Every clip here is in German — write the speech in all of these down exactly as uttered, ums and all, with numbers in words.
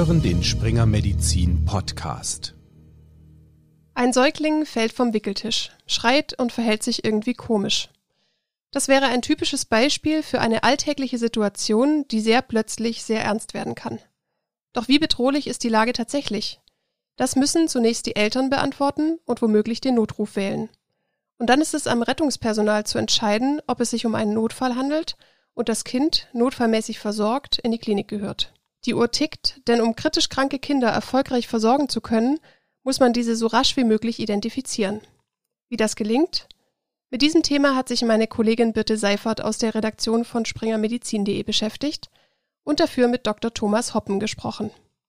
hören den Springer Medizin Podcast. Ein Säugling fällt vom Wickeltisch, schreit und verhält sich irgendwie komisch. Das wäre ein typisches Beispiel für eine alltägliche Situation, die sehr plötzlich sehr ernst werden kann. Doch wie bedrohlich ist die Lage tatsächlich? Das müssen zunächst die Eltern beantworten und womöglich den Notruf wählen. Und dann ist es am Rettungspersonal zu entscheiden, ob es sich um einen Notfall handelt und das Kind, notfallmäßig versorgt, in die Klinik gehört. Die Uhr tickt, denn um kritisch kranke Kinder erfolgreich versorgen zu können, muss man diese so rasch wie möglich identifizieren. Wie das gelingt? Mit diesem Thema hat sich meine Kollegin Birte Seifert aus der Redaktion von springer medizin punkt de beschäftigt und dafür mit Doktor Thomas Hoppen gesprochen.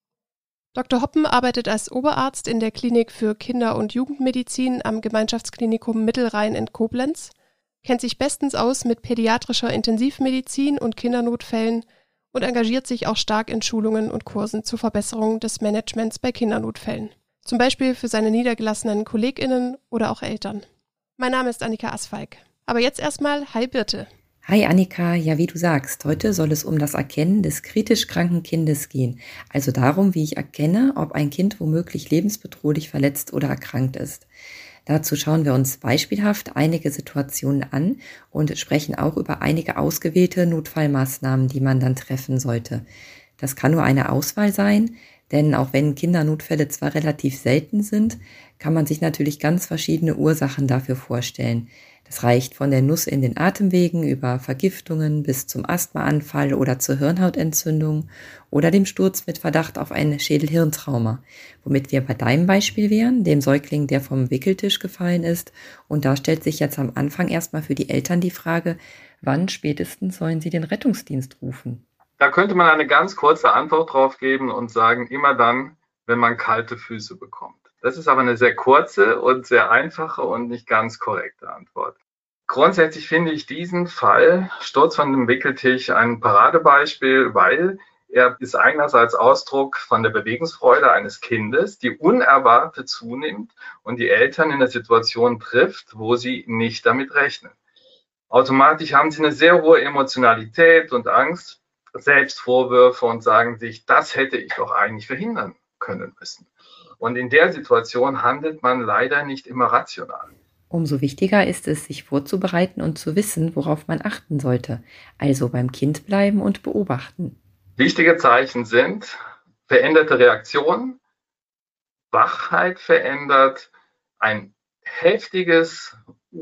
Doktor Hoppen arbeitet als Oberarzt in der Klinik für Kinder- und Jugendmedizin am Gemeinschaftsklinikum Mittelrhein in Koblenz, kennt sich bestens aus mit pädiatrischer Intensivmedizin und Kindernotfällen und engagiert sich auch stark in Schulungen und Kursen zur Verbesserung des Managements bei Kindernotfällen. Zum Beispiel für seine niedergelassenen KollegInnen oder auch Eltern. Mein Name ist Annika Asfalk. Aber jetzt erstmal, hi Birte. Hi Annika, ja wie du sagst, heute soll es um das Erkennen des kritisch kranken Kindes gehen. Also darum, wie ich erkenne, ob ein Kind womöglich lebensbedrohlich verletzt oder erkrankt ist. Dazu schauen wir uns beispielhaft einige Situationen an und sprechen auch über einige ausgewählte Notfallmaßnahmen, die man dann treffen sollte. Das kann nur eine Auswahl sein, denn auch wenn Kindernotfälle zwar relativ selten sind, kann man sich natürlich ganz verschiedene Ursachen dafür vorstellen. Das reicht von der Nuss in den Atemwegen über Vergiftungen bis zum Asthmaanfall oder zur Hirnhautentzündung oder dem Sturz mit Verdacht auf ein Schädel-Hirntrauma, womit wir bei deinem Beispiel wären, dem Säugling, der vom Wickeltisch gefallen ist. Und da stellt sich jetzt am Anfang erstmal für die Eltern die Frage, wann spätestens sollen sie den Rettungsdienst rufen? Da könnte man eine ganz kurze Antwort drauf geben und sagen, immer dann, wenn man kalte Füße bekommt. Das ist aber eine sehr kurze und sehr einfache und nicht ganz korrekte Antwort. Grundsätzlich finde ich diesen Fall, Sturz von dem Wickeltisch, ein Paradebeispiel, weil er ist einerseits Ausdruck von der Bewegungsfreude eines Kindes, die unerwartet zunimmt und die Eltern in der Situation trifft, wo sie nicht damit rechnen. Automatisch haben sie eine sehr hohe Emotionalität und Angst, Selbstvorwürfe und sagen sich, das hätte ich doch eigentlich verhindern können müssen. Und in der Situation handelt man leider nicht immer rational. Umso wichtiger ist es, sich vorzubereiten und zu wissen, worauf man achten sollte. Also beim Kind bleiben und beobachten. Wichtige Zeichen sind veränderte Reaktion, Wachheit verändert, ein heftiges,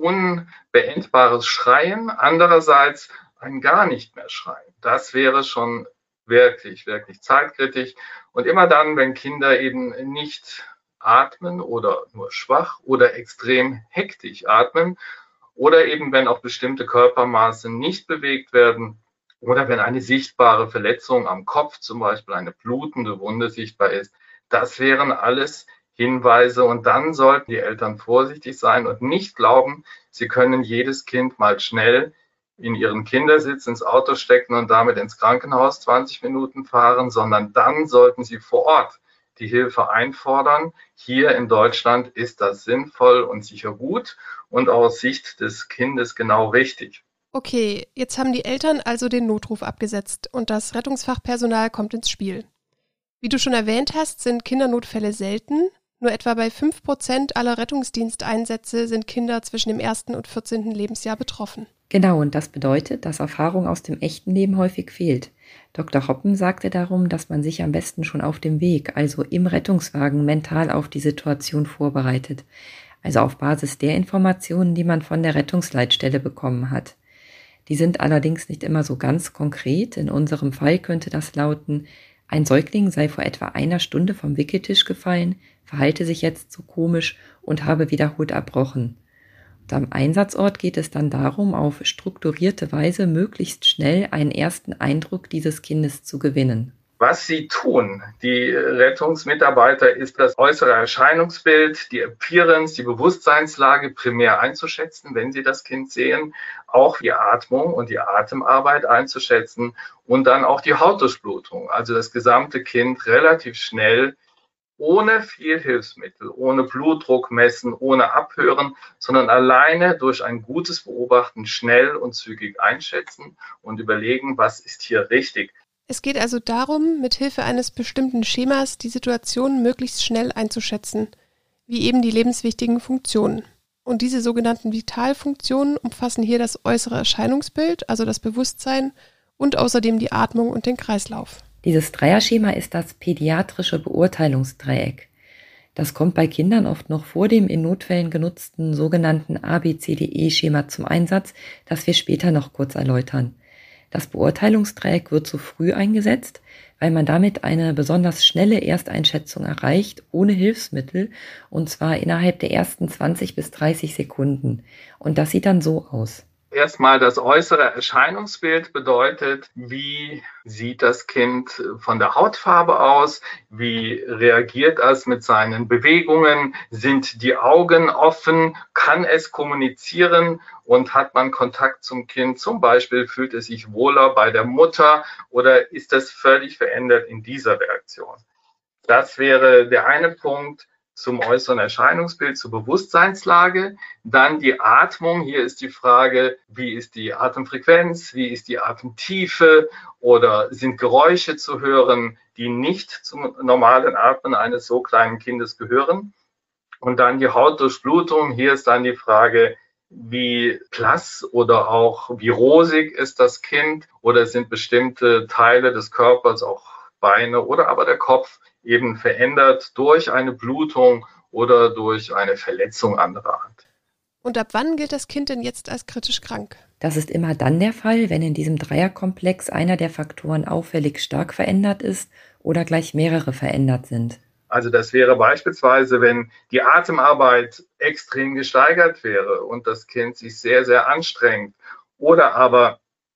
unbeendbares Schreien, andererseits ein gar nicht mehr Schreien. Das wäre schon wirklich, wirklich zeitkritisch. Und immer dann, wenn Kinder eben nicht atmen oder nur schwach oder extrem hektisch atmen oder eben wenn auch bestimmte Körpermaße nicht bewegt werden oder wenn eine sichtbare Verletzung am Kopf, zum Beispiel eine blutende Wunde sichtbar ist, das wären alles Hinweise und dann sollten die Eltern vorsichtig sein und nicht glauben, sie können jedes Kind mal schnell in ihren Kindersitz ins Auto stecken und damit ins Krankenhaus zwanzig Minuten fahren, sondern dann sollten sie vor Ort die Hilfe einfordern. Hier in Deutschland ist das sinnvoll und sicher gut und aus Sicht des Kindes genau richtig. Okay, jetzt haben die Eltern also den Notruf abgesetzt und das Rettungsfachpersonal kommt ins Spiel. Wie du schon erwähnt hast, sind Kindernotfälle selten. Nur etwa bei fünf Prozent aller Rettungsdiensteinsätze sind Kinder zwischen dem ersten und vierzehnten Lebensjahr betroffen. Genau, und das bedeutet, dass Erfahrung aus dem echten Leben häufig fehlt. Doktor Hoppen sagte darum, dass man sich am besten schon auf dem Weg, also im Rettungswagen, mental auf die Situation vorbereitet. Also auf Basis der Informationen, die man von der Rettungsleitstelle bekommen hat. Die sind allerdings nicht immer so ganz konkret. In unserem Fall könnte das lauten, ein Säugling sei vor etwa einer Stunde vom Wickeltisch gefallen, verhalte sich jetzt so komisch und habe wiederholt erbrochen. Und am Einsatzort geht es dann darum, auf strukturierte Weise möglichst schnell einen ersten Eindruck dieses Kindes zu gewinnen. Was sie tun, die Rettungsmitarbeiter, ist das äußere Erscheinungsbild, die Appearance, die Bewusstseinslage primär einzuschätzen, wenn sie das Kind sehen, auch die Atmung und die Atemarbeit einzuschätzen und dann auch die Hautdurchblutung, also das gesamte Kind relativ schnell, ohne viel Hilfsmittel, ohne Blutdruck messen, ohne Abhören, sondern alleine durch ein gutes Beobachten schnell und zügig einschätzen und überlegen, was ist hier richtig. Es geht also darum, mit Hilfe eines bestimmten Schemas die Situation möglichst schnell einzuschätzen, wie eben die lebenswichtigen Funktionen. Und diese sogenannten Vitalfunktionen umfassen hier das äußere Erscheinungsbild, also das Bewusstsein, und außerdem die Atmung und den Kreislauf. Dieses Dreierschema ist das pädiatrische Beurteilungsdreieck. Das kommt bei Kindern oft noch vor dem in Notfällen genutzten sogenannten A B C D E-Schema zum Einsatz, das wir später noch kurz erläutern. Das Beurteilungsdreieck wird zu früh eingesetzt, weil man damit eine besonders schnelle Ersteinschätzung erreicht, ohne Hilfsmittel, und zwar innerhalb der ersten zwanzig bis dreißig Sekunden. Und das sieht dann so aus. Erstmal das äußere Erscheinungsbild bedeutet, wie sieht das Kind von der Hautfarbe aus, wie reagiert es mit seinen Bewegungen, sind die Augen offen, kann es kommunizieren und hat man Kontakt zum Kind, zum Beispiel fühlt es sich wohler bei der Mutter oder ist es völlig verändert in dieser Reaktion. Das wäre der eine Punkt zum äußeren Erscheinungsbild, zur Bewusstseinslage. Dann die Atmung. Hier ist die Frage, wie ist die Atemfrequenz, wie ist die Atemtiefe oder sind Geräusche zu hören, die nicht zum normalen Atmen eines so kleinen Kindes gehören. Und dann die Hautdurchblutung. Hier ist dann die Frage, wie blass oder auch wie rosig ist das Kind oder sind bestimmte Teile des Körpers, auch Beine oder aber der Kopf, eben verändert durch eine Blutung oder durch eine Verletzung anderer Art. Und ab wann gilt das Kind denn jetzt als kritisch krank? Das ist immer dann der Fall, wenn in diesem Dreierkomplex einer der Faktoren auffällig stark verändert ist oder gleich mehrere verändert sind. Also das wäre beispielsweise, wenn die Atemarbeit extrem gesteigert wäre und das Kind sich sehr, sehr anstrengt oder aber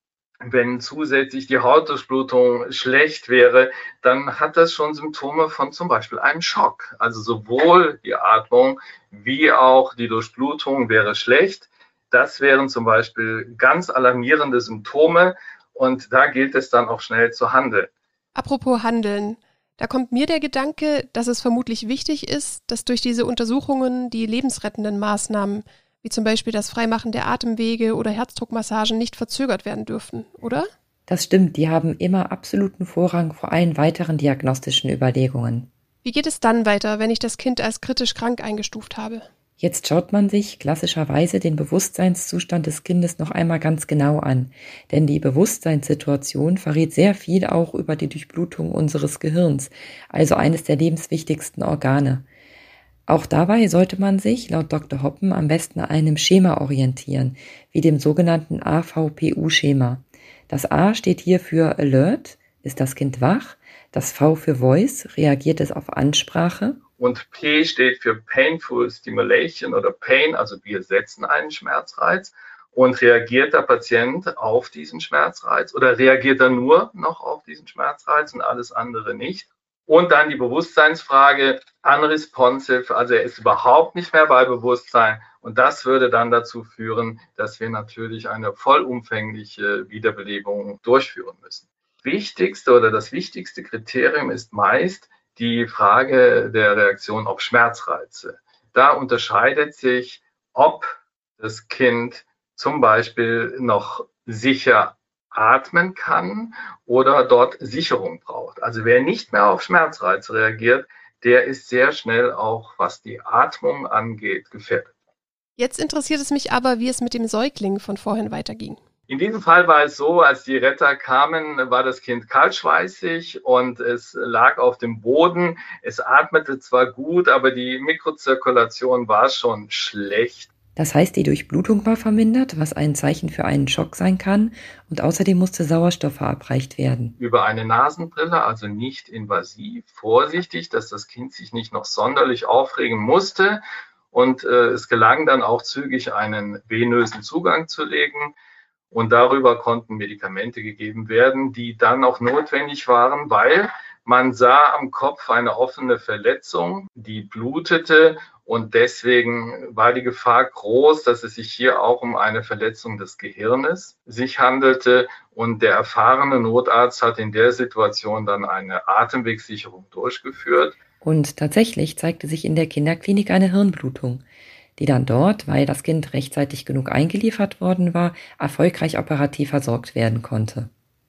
wenn zusätzlich die Hautdurchblutung schlecht wäre, dann hat das schon Symptome von zum Beispiel einem Schock. Also sowohl die Atmung wie auch die Durchblutung wäre schlecht. Das wären zum Beispiel ganz alarmierende Symptome und da gilt es dann auch schnell zu handeln. Apropos Handeln, da kommt mir der Gedanke, dass es vermutlich wichtig ist, dass durch diese Untersuchungen die lebensrettenden Maßnahmen wie zum Beispiel das Freimachen der Atemwege oder Herzdruckmassagen nicht verzögert werden dürfen, oder? Das stimmt, die haben immer absoluten Vorrang vor allen weiteren diagnostischen Überlegungen. Wie geht es dann weiter, wenn ich das Kind als kritisch krank eingestuft habe? Jetzt schaut man sich klassischerweise den Bewusstseinszustand des Kindes noch einmal ganz genau an, denn die Bewusstseinssituation verrät sehr viel auch über die Durchblutung unseres Gehirns, also eines der lebenswichtigsten Organe. Auch dabei sollte man sich, laut Doktor Hoppen, am besten an einem Schema orientieren, wie dem sogenannten A V P U-Schema. Das A steht hier für Alert, ist das Kind wach, das V für Voice, reagiert es auf Ansprache. Und P steht für Painful Stimulation oder Pain, also wir setzen einen Schmerzreiz. Und reagiert der Patient auf diesen Schmerzreiz oder reagiert er nur noch auf diesen Schmerzreiz und alles andere nicht? Und dann die Bewusstseinsfrage, unresponsive, also er ist überhaupt nicht mehr bei Bewusstsein. Und das würde dann dazu führen, dass wir natürlich eine vollumfängliche Wiederbelebung durchführen müssen. Wichtigste oder das wichtigste Kriterium ist meist die Frage der Reaktion auf Schmerzreize. Da unterscheidet sich, ob das Kind zum Beispiel noch sicher atmen kann oder dort Sicherung braucht. Also wer nicht mehr auf Schmerzreize reagiert, der ist sehr schnell auch, was die Atmung angeht, gefährdet. Jetzt interessiert es mich aber, wie es mit dem Säugling von vorhin weiterging. In diesem Fall war es so, als die Retter kamen, war das Kind kaltschweißig und es lag auf dem Boden. Es atmete zwar gut, aber die Mikrozirkulation war schon schlecht. Das heißt, die Durchblutung war vermindert, was ein Zeichen für einen Schock sein kann, und außerdem musste Sauerstoff verabreicht werden. Über eine Nasenbrille, also nicht invasiv, vorsichtig, dass das Kind sich nicht noch sonderlich aufregen musste. Und äh, es gelang dann auch zügig, einen venösen Zugang zu legen. Und darüber konnten Medikamente gegeben werden, die dann auch notwendig waren, weil man sah am Kopf eine offene Verletzung, die blutete. Und deswegen war die Gefahr groß, dass es sich hier auch um eine Verletzung des Gehirnes sich handelte. Und der erfahrene Notarzt hat in der Situation dann eine Atemwegssicherung durchgeführt. Und tatsächlich zeigte sich in der Kinderklinik eine Hirnblutung, die dann dort, weil das Kind rechtzeitig genug eingeliefert worden war, erfolgreich operativ versorgt werden konnte.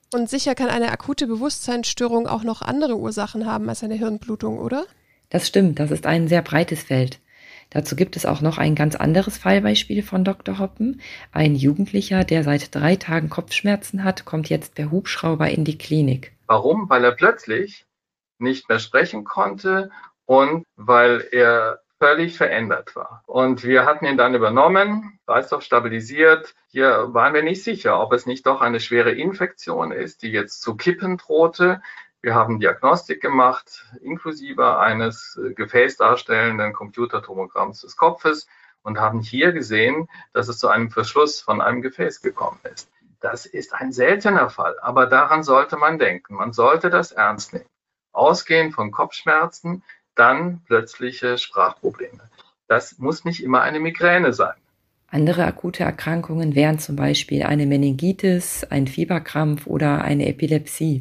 Und sicher kann eine akute Bewusstseinsstörung auch noch andere Ursachen haben als eine Hirnblutung, oder? Das stimmt, das ist ein sehr breites Feld. Dazu gibt es auch noch ein ganz anderes Fallbeispiel von Doktor Hoppen. Ein Jugendlicher, der seit drei Tagen Kopfschmerzen hat, kommt jetzt per Hubschrauber in die Klinik. Warum? Weil er plötzlich nicht mehr sprechen konnte und weil er völlig verändert war. Und wir hatten ihn dann übernommen, Kreislauf stabilisiert. Hier waren wir nicht sicher, ob es nicht doch eine schwere Infektion ist, die jetzt zu kippen drohte. Wir haben Diagnostik gemacht, inklusive eines gefäßdarstellenden Computertomogramms des Kopfes und haben hier gesehen, dass es zu einem Verschluss von einem Gefäß gekommen ist. Das ist ein seltener Fall, aber daran sollte man denken. Man sollte das ernst nehmen. Ausgehend von Kopfschmerzen, dann plötzliche Sprachprobleme. Das muss nicht immer eine Migräne sein. Andere akute Erkrankungen wären zum Beispiel eine Meningitis, ein Fieberkrampf oder eine Epilepsie.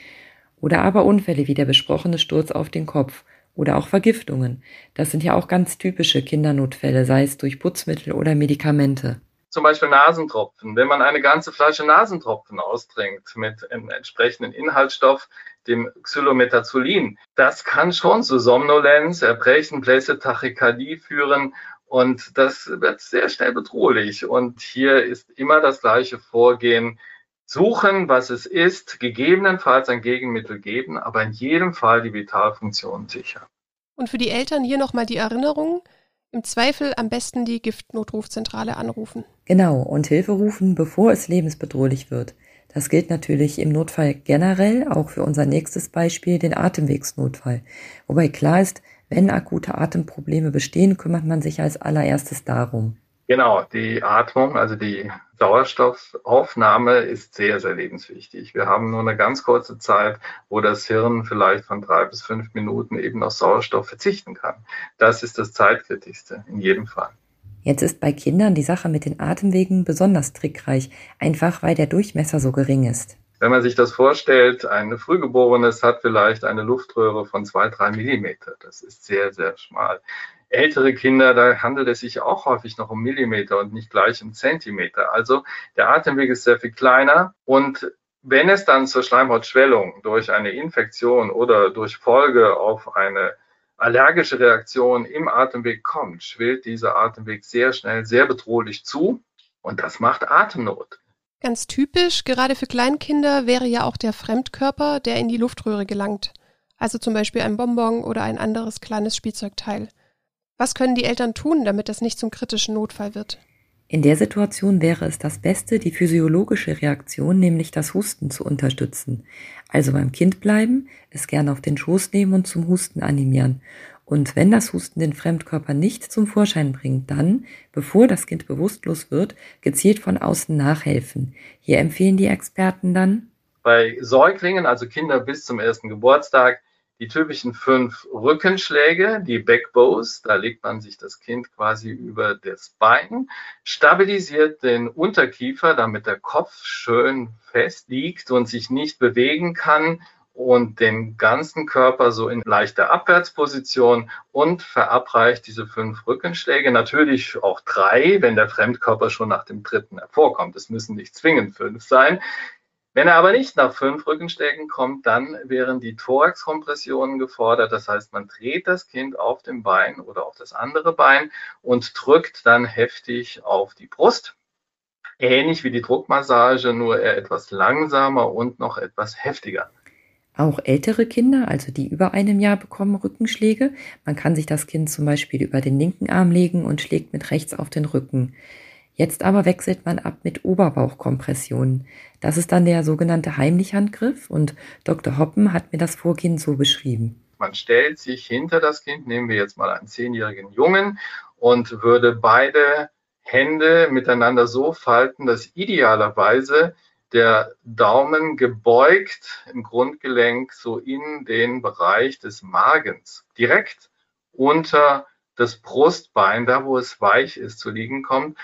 Oder aber Unfälle wie der besprochene Sturz auf den Kopf oder auch Vergiftungen. Das sind ja auch ganz typische Kindernotfälle, sei es durch Putzmittel oder Medikamente. Zum Beispiel Nasentropfen. Wenn man eine ganze Flasche Nasentropfen austrinkt mit einem entsprechenden Inhaltsstoff, dem Xylometazolin, das kann schon zu Somnolenz, Erbrechen, Blässe, Tachykardie führen und das wird sehr schnell bedrohlich. Und hier ist immer das gleiche Vorgehen. Suchen, was es ist, gegebenenfalls ein Gegenmittel geben, aber in jedem Fall die Vitalfunktion sichern. Und für die Eltern hier nochmal die Erinnerung, im Zweifel am besten die Giftnotrufzentrale anrufen. Genau, und Hilfe rufen, bevor es lebensbedrohlich wird. Das gilt natürlich im Notfall generell, auch für unser nächstes Beispiel, den Atemwegsnotfall. Wobei klar ist, wenn akute Atemprobleme bestehen, kümmert man sich als allererstes darum. Genau, die Atmung, also die Sauerstoffaufnahme ist sehr, sehr lebenswichtig. Wir haben nur eine ganz kurze Zeit, wo das Hirn vielleicht von drei bis fünf Minuten eben auf Sauerstoff verzichten kann. Das ist das Zeitkritischste in jedem Fall. Jetzt ist bei Kindern die Sache mit den Atemwegen besonders trickreich, einfach weil der Durchmesser so gering ist. Wenn man sich das vorstellt, ein Frühgeborenes hat vielleicht eine Luftröhre von zwei, drei Millimeter. Das ist sehr, sehr schmal. Ältere Kinder, da handelt es sich auch häufig noch um Millimeter und nicht gleich um Zentimeter. Also der Atemweg ist sehr viel kleiner und wenn es dann zur Schleimhautschwellung durch eine Infektion oder durch Folge auf eine allergische Reaktion im Atemweg kommt, schwillt dieser Atemweg sehr schnell, sehr bedrohlich zu und das macht Atemnot. Ganz typisch, gerade für Kleinkinder, wäre ja auch der Fremdkörper, der in die Luftröhre gelangt. Also zum Beispiel ein Bonbon oder ein anderes kleines Spielzeugteil. Was können die Eltern tun, damit das nicht zum kritischen Notfall wird? In der Situation wäre es das Beste, die physiologische Reaktion, nämlich das Husten, zu unterstützen. Also beim Kind bleiben, es gerne auf den Schoß nehmen und zum Husten animieren. Und wenn das Husten den Fremdkörper nicht zum Vorschein bringt, dann, bevor das Kind bewusstlos wird, gezielt von außen nachhelfen. Hier empfehlen die Experten dann: Bei Säuglingen, also Kinder bis zum ersten Geburtstag, die typischen fünf Rückenschläge, die Backbows, da legt man sich das Kind quasi über das Bein, stabilisiert den Unterkiefer, damit der Kopf schön fest liegt und sich nicht bewegen kann und den ganzen Körper so in leichter Abwärtsposition und verabreicht diese fünf Rückenschläge, natürlich auch drei, wenn der Fremdkörper schon nach dem dritten hervorkommt. Es müssen nicht zwingend fünf sein. Wenn er aber nicht nach fünf Rückenschlägen kommt, dann wären die Thoraxkompressionen gefordert. Das heißt, man dreht das Kind auf dem Bein oder auf das andere Bein und drückt dann heftig auf die Brust. Ähnlich wie die Druckmassage, nur eher etwas langsamer und noch etwas heftiger. Auch ältere Kinder, also die über einem Jahr, bekommen Rückenschläge. Man kann sich das Kind zum Beispiel über den linken Arm legen und schlägt mit rechts auf den Rücken. Jetzt aber wechselt man ab mit Oberbauchkompressionen. Das ist dann der sogenannte Heimlichhandgriff und Doktor Hoppen hat mir das Vorgehen so beschrieben. Man stellt sich hinter das Kind, nehmen wir jetzt mal einen zehnjährigen Jungen, und würde beide Hände miteinander so falten, dass idealerweise der Daumen gebeugt im Grundgelenk so in den Bereich des Magens, direkt unter das Brustbein, da wo es weich ist, zu liegen kommt.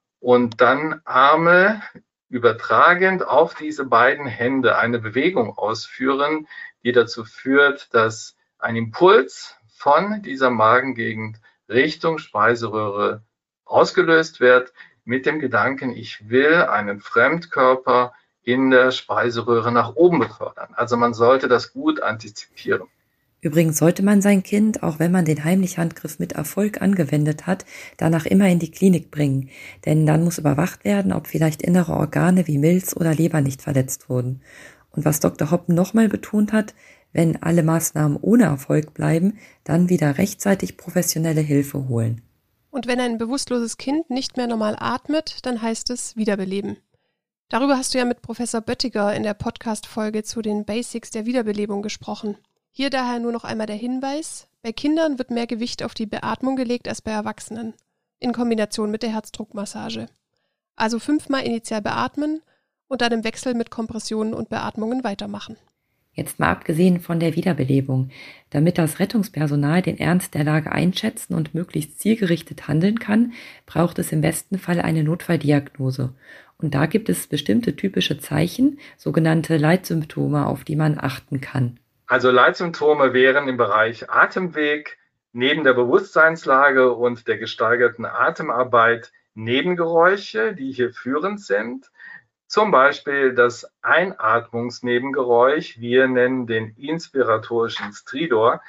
Und dann Arme übertragend auf diese beiden Hände eine Bewegung ausführen, die dazu führt, dass ein Impuls von dieser Magengegend Richtung Speiseröhre ausgelöst wird, mit dem Gedanken, ich will einen Fremdkörper in der Speiseröhre nach oben befördern. Also man sollte das gut antizipieren. Übrigens sollte man sein Kind, auch wenn man den Heimlichhandgriff mit Erfolg angewendet hat, danach immer in die Klinik bringen. Denn dann muss überwacht werden, ob vielleicht innere Organe wie Milz oder Leber nicht verletzt wurden. Und was Doktor Hoppen nochmal betont hat, wenn alle Maßnahmen ohne Erfolg bleiben, dann wieder rechtzeitig professionelle Hilfe holen. Und wenn ein bewusstloses Kind nicht mehr normal atmet, dann heißt es wiederbeleben. Darüber hast du ja mit Professor Böttiger in der Podcast-Folge zu den Basics der Wiederbelebung gesprochen. Hier daher nur noch einmal der Hinweis, bei Kindern wird mehr Gewicht auf die Beatmung gelegt als bei Erwachsenen, in Kombination mit der Herzdruckmassage. Also fünfmal initial beatmen und dann im Wechsel mit Kompressionen und Beatmungen weitermachen. Jetzt mal abgesehen von der Wiederbelebung. Damit das Rettungspersonal den Ernst der Lage einschätzen und möglichst zielgerichtet handeln kann, braucht es im besten Fall eine Notfalldiagnose. Und da gibt es bestimmte typische Zeichen, sogenannte Leitsymptome, auf die man achten kann. Also Leitsymptome wären im Bereich Atemweg, neben der Bewusstseinslage und der gesteigerten Atemarbeit Nebengeräusche, die hier führend sind. Zum Beispiel das Einatmungsnebengeräusch, wir nennen den inspiratorischen Stridor.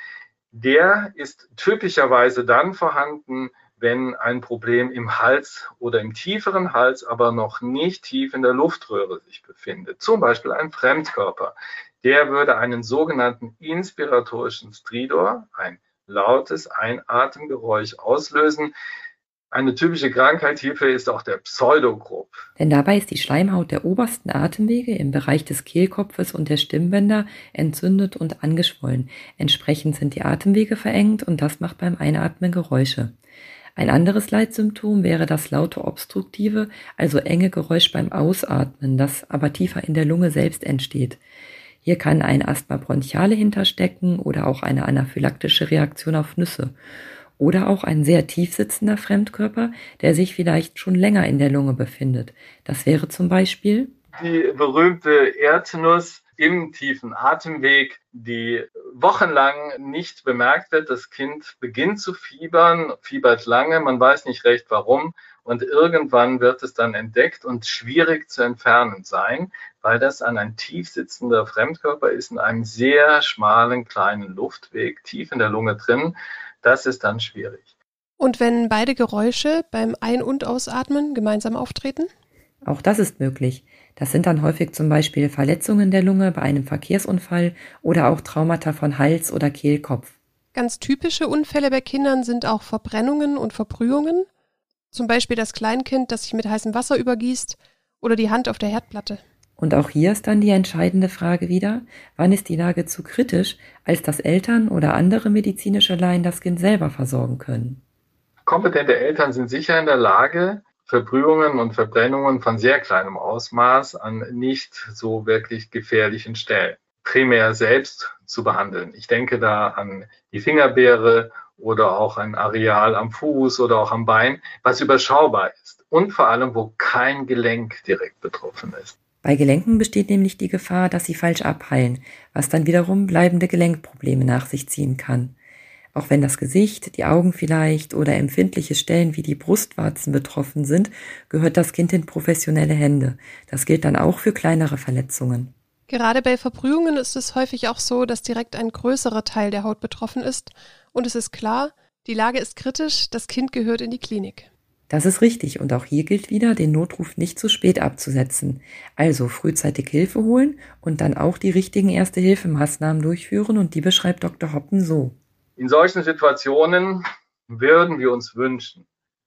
Der ist typischerweise dann vorhanden, wenn ein Problem im Hals oder im tieferen Hals, aber noch nicht tief in der Luftröhre sich befindet. Zum Beispiel ein Fremdkörper. Der würde einen sogenannten inspiratorischen Stridor, ein lautes Einatemgeräusch, auslösen. Eine typische Krankheit hierfür ist auch der Pseudogrupp. Denn dabei ist die Schleimhaut der obersten Atemwege im Bereich des Kehlkopfes und der Stimmbänder entzündet und angeschwollen. Entsprechend sind die Atemwege verengt und das macht beim Einatmen Geräusche. Ein anderes Leitsymptom wäre das laute obstruktive, also enge Geräusch beim Ausatmen, das aber tiefer in der Lunge selbst entsteht. Hier kann ein Asthma bronchiale hinterstecken oder auch eine anaphylaktische Reaktion auf Nüsse. Oder auch ein sehr tief sitzender Fremdkörper, der sich vielleicht schon länger in der Lunge befindet. Das wäre zum Beispiel die berühmte Erdnuss im tiefen Atemweg, die wochenlang nicht bemerkt wird. Das Kind beginnt zu fiebern, fiebert lange, man weiß nicht recht warum. Und irgendwann wird es dann entdeckt und schwierig zu entfernen sein, weil das an ein tief sitzender Fremdkörper ist, in einem sehr schmalen kleinen Luftweg, tief in der Lunge drin. Das ist dann schwierig. Und wenn beide Geräusche beim Ein- und Ausatmen gemeinsam auftreten? Auch das ist möglich. Das sind dann häufig zum Beispiel Verletzungen der Lunge bei einem Verkehrsunfall oder auch Traumata von Hals oder Kehlkopf. Ganz typische Unfälle bei Kindern sind auch Verbrennungen und Verbrühungen. Zum Beispiel das Kleinkind, das sich mit heißem Wasser übergießt oder die Hand auf der Herdplatte. Und auch hier ist dann die entscheidende Frage wieder, wann ist die Lage zu kritisch, als dass Eltern oder andere medizinische Laien das Kind selber versorgen können. Kompetente Eltern sind sicher in der Lage, Verbrühungen und Verbrennungen von sehr kleinem Ausmaß an nicht so wirklich gefährlichen Stellen primär selbst zu behandeln. Ich denke da an die Fingerbeere oder auch ein Areal am Fuß oder auch am Bein, was überschaubar ist und vor allem, wo kein Gelenk direkt betroffen ist. Bei Gelenken besteht nämlich die Gefahr, dass sie falsch abheilen, was dann wiederum bleibende Gelenkprobleme nach sich ziehen kann. Auch wenn das Gesicht, die Augen vielleicht oder empfindliche Stellen wie die Brustwarzen betroffen sind, gehört das Kind in professionelle Hände. Das gilt dann auch für kleinere Verletzungen. Gerade bei Verbrühungen ist es häufig auch so, dass direkt ein größerer Teil der Haut betroffen ist. Und es ist klar, die Lage ist kritisch, das Kind gehört in die Klinik. Das ist richtig und auch hier gilt wieder, den Notruf nicht zu spät abzusetzen. Also frühzeitig Hilfe holen und dann auch die richtigen Erste-Hilfe-Maßnahmen durchführen und die beschreibt Doktor Hoppen so. In solchen Situationen würden wir uns wünschen,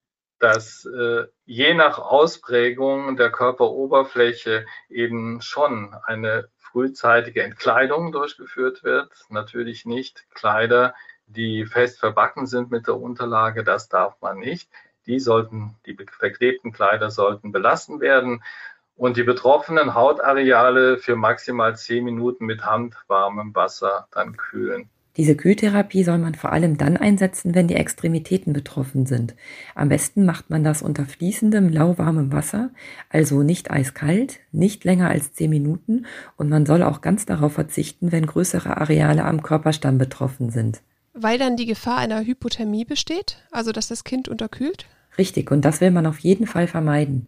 dass äh, je nach Ausprägung der Körperoberfläche eben schon eine frühzeitige Entkleidung durchgeführt wird. Natürlich nicht Kleider, die fest verbacken sind mit der Unterlage, das darf man nicht. Die sollten, die verklebten Kleider sollten belassen werden und die betroffenen Hautareale für maximal zehn Minuten mit handwarmem Wasser dann kühlen. Diese Kühltherapie soll man vor allem dann einsetzen, wenn die Extremitäten betroffen sind. Am besten macht man das unter fließendem, lauwarmem Wasser, also nicht eiskalt, nicht länger als zehn Minuten und man soll auch ganz darauf verzichten, wenn größere Areale am Körperstamm betroffen sind. Weil dann die Gefahr einer Hypothermie besteht, also dass das Kind unterkühlt? Richtig, und das will man auf jeden Fall vermeiden.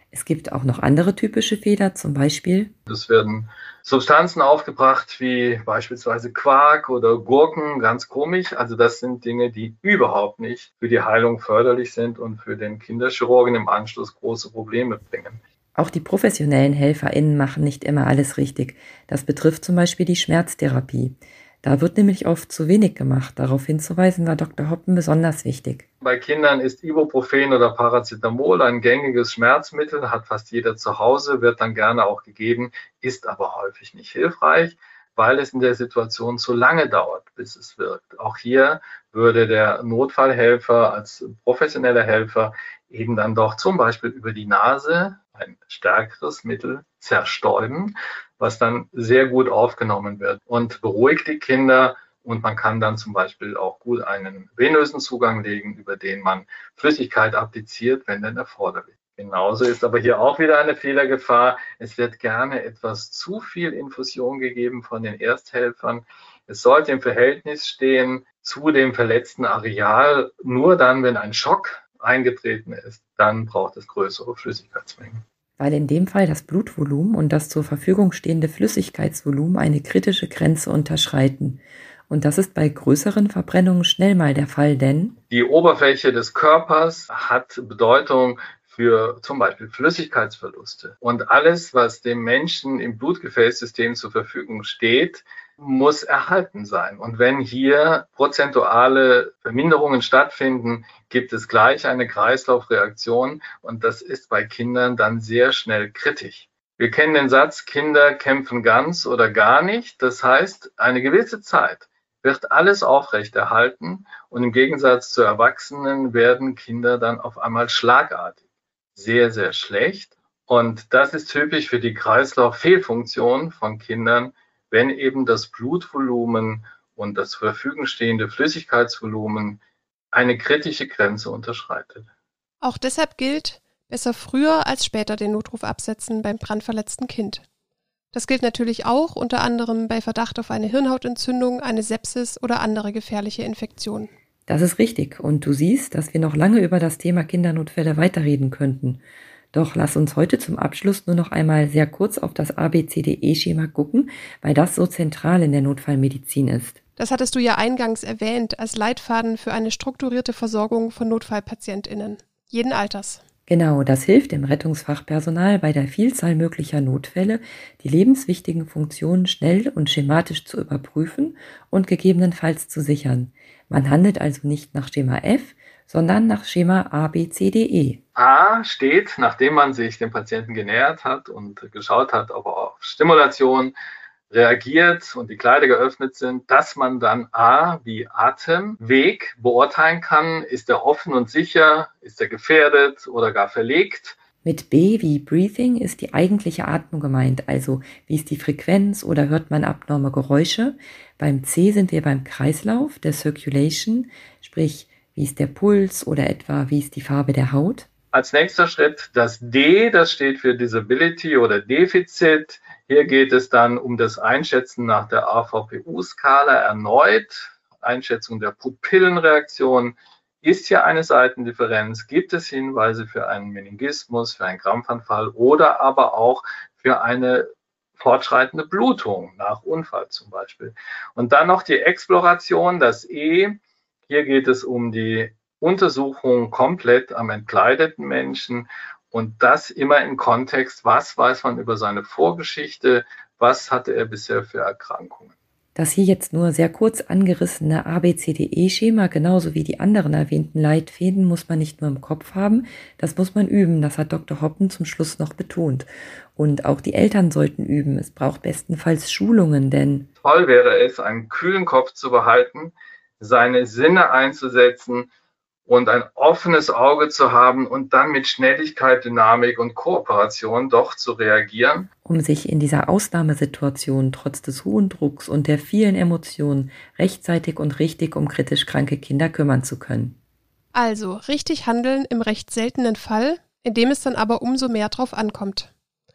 Es gibt auch noch andere typische Fehler, zum Beispiel: Es werden Substanzen aufgebracht wie beispielsweise Quark oder Gurken, ganz komisch. Also das sind Dinge, die überhaupt nicht für die Heilung förderlich sind und für den Kinderchirurgen im Anschluss große Probleme bringen. Auch die professionellen HelferInnen machen nicht immer alles richtig. Das betrifft zum Beispiel die Schmerztherapie. Da wird nämlich oft zu wenig gemacht. Darauf hinzuweisen war Doktor Hoppen besonders wichtig. Bei Kindern ist Ibuprofen oder Paracetamol ein gängiges Schmerzmittel, hat fast jeder zu Hause, wird dann gerne auch gegeben, ist aber häufig nicht hilfreich, weil es in der Situation zu lange dauert, bis es wirkt. Auch hier würde der Notfallhelfer als professioneller Helfer eben dann doch zum Beispiel über die Nase ein stärkeres Mittel zerstäuben, was dann sehr gut aufgenommen wird und beruhigt die Kinder. Und man kann dann zum Beispiel auch gut einen venösen Zugang legen, über den man Flüssigkeit appliziert, wenn denn erforderlich. Genauso ist aber hier auch wieder eine Fehlergefahr. Es wird gerne etwas zu viel Infusion gegeben von den Ersthelfern. Es sollte im Verhältnis stehen zu dem verletzten Areal. Nur dann, wenn ein Schock eingetreten ist, dann braucht es größere Flüssigkeitsmengen. Weil in dem Fall das Blutvolumen und das zur Verfügung stehende Flüssigkeitsvolumen eine kritische Grenze unterschreiten. Und das ist bei größeren Verbrennungen schnell mal der Fall, denn die Oberfläche des Körpers hat Bedeutung für zum Beispiel Flüssigkeitsverluste. Und alles, was dem Menschen im Blutgefäßsystem zur Verfügung steht, muss erhalten sein. Und wenn hier prozentuale Verminderungen stattfinden, gibt es gleich eine Kreislaufreaktion und das ist bei Kindern dann sehr schnell kritisch. Wir kennen den Satz, Kinder kämpfen ganz oder gar nicht. Das heißt, eine gewisse Zeit wird alles aufrechterhalten und im Gegensatz zu Erwachsenen werden Kinder dann auf einmal schlagartig sehr, sehr schlecht. Und das ist typisch für die Kreislauffehlfunktion von Kindern, wenn eben das Blutvolumen und das zur Verfügung stehende Flüssigkeitsvolumen eine kritische Grenze unterschreitet. Auch deshalb gilt, besser früher als später den Notruf absetzen beim brandverletzten Kind. Das gilt natürlich auch unter anderem bei Verdacht auf eine Hirnhautentzündung, eine Sepsis oder andere gefährliche Infektionen. Das ist richtig und du siehst, dass wir noch lange über das Thema Kindernotfälle weiterreden könnten. Doch lass uns heute zum Abschluss nur noch einmal sehr kurz auf das A B C D E-Schema gucken, weil das so zentral in der Notfallmedizin ist. Das hattest du ja eingangs erwähnt als Leitfaden für eine strukturierte Versorgung von NotfallpatientInnen, jeden Alters. Genau, das hilft dem Rettungsfachpersonal bei der Vielzahl möglicher Notfälle, die lebenswichtigen Funktionen schnell und schematisch zu überprüfen und gegebenenfalls zu sichern. Man handelt also nicht nach Schema F, sondern nach Schema A B C D E. A steht, nachdem man sich dem Patienten genähert hat und geschaut hat, ob er auf Stimulation reagiert und die Kleider geöffnet sind, dass man dann A wie Atemweg beurteilen kann. Ist er offen und sicher? Ist er gefährdet oder gar verlegt? Mit B wie Breathing ist die eigentliche Atmung gemeint, also wie ist die Frequenz oder hört man abnorme Geräusche. Beim C sind wir beim Kreislauf, der Circulation, sprich wie ist der Puls oder etwa wie ist die Farbe der Haut. Als nächster Schritt das D, das steht für Disability oder Defizit. Hier geht es dann um das Einschätzen nach der A V P U-Skala erneut. Einschätzung der Pupillenreaktion. Ist hier eine Seitendifferenz? Gibt es Hinweise für einen Meningismus, für einen Krampfanfall oder aber auch für eine fortschreitende Blutung nach Unfall zum Beispiel? Und dann noch die Exploration, das E. Hier geht es um die Untersuchung komplett am entkleideten Menschen und das immer im Kontext, was weiß man über seine Vorgeschichte, was hatte er bisher für Erkrankungen. Das hier jetzt nur sehr kurz angerissene A B C D E-Schema, genauso wie die anderen erwähnten Leitfäden, muss man nicht nur im Kopf haben, das muss man üben, das hat Doktor Hoppen zum Schluss noch betont. Und auch die Eltern sollten üben, es braucht bestenfalls Schulungen, denn toll wäre es, einen kühlen Kopf zu behalten, seine Sinne einzusetzen und ein offenes Auge zu haben und dann mit Schnelligkeit, Dynamik und Kooperation doch zu reagieren. Um sich in dieser Ausnahmesituation trotz des hohen Drucks und der vielen Emotionen rechtzeitig und richtig um kritisch kranke Kinder kümmern zu können. Also richtig handeln im recht seltenen Fall, in dem es dann aber umso mehr drauf ankommt.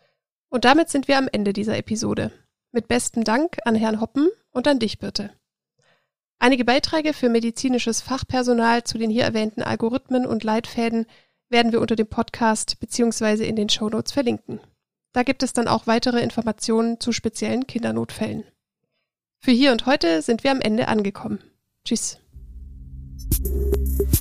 Und damit sind wir am Ende dieser Episode. Mit bestem Dank an Herrn Hoppen und an dich, Birte. Einige Beiträge für medizinisches Fachpersonal zu den hier erwähnten Algorithmen und Leitfäden werden wir unter dem Podcast bzw. in den Shownotes verlinken. Da gibt es dann auch weitere Informationen zu speziellen Kindernotfällen. Für hier und heute sind wir am Ende angekommen. Tschüss.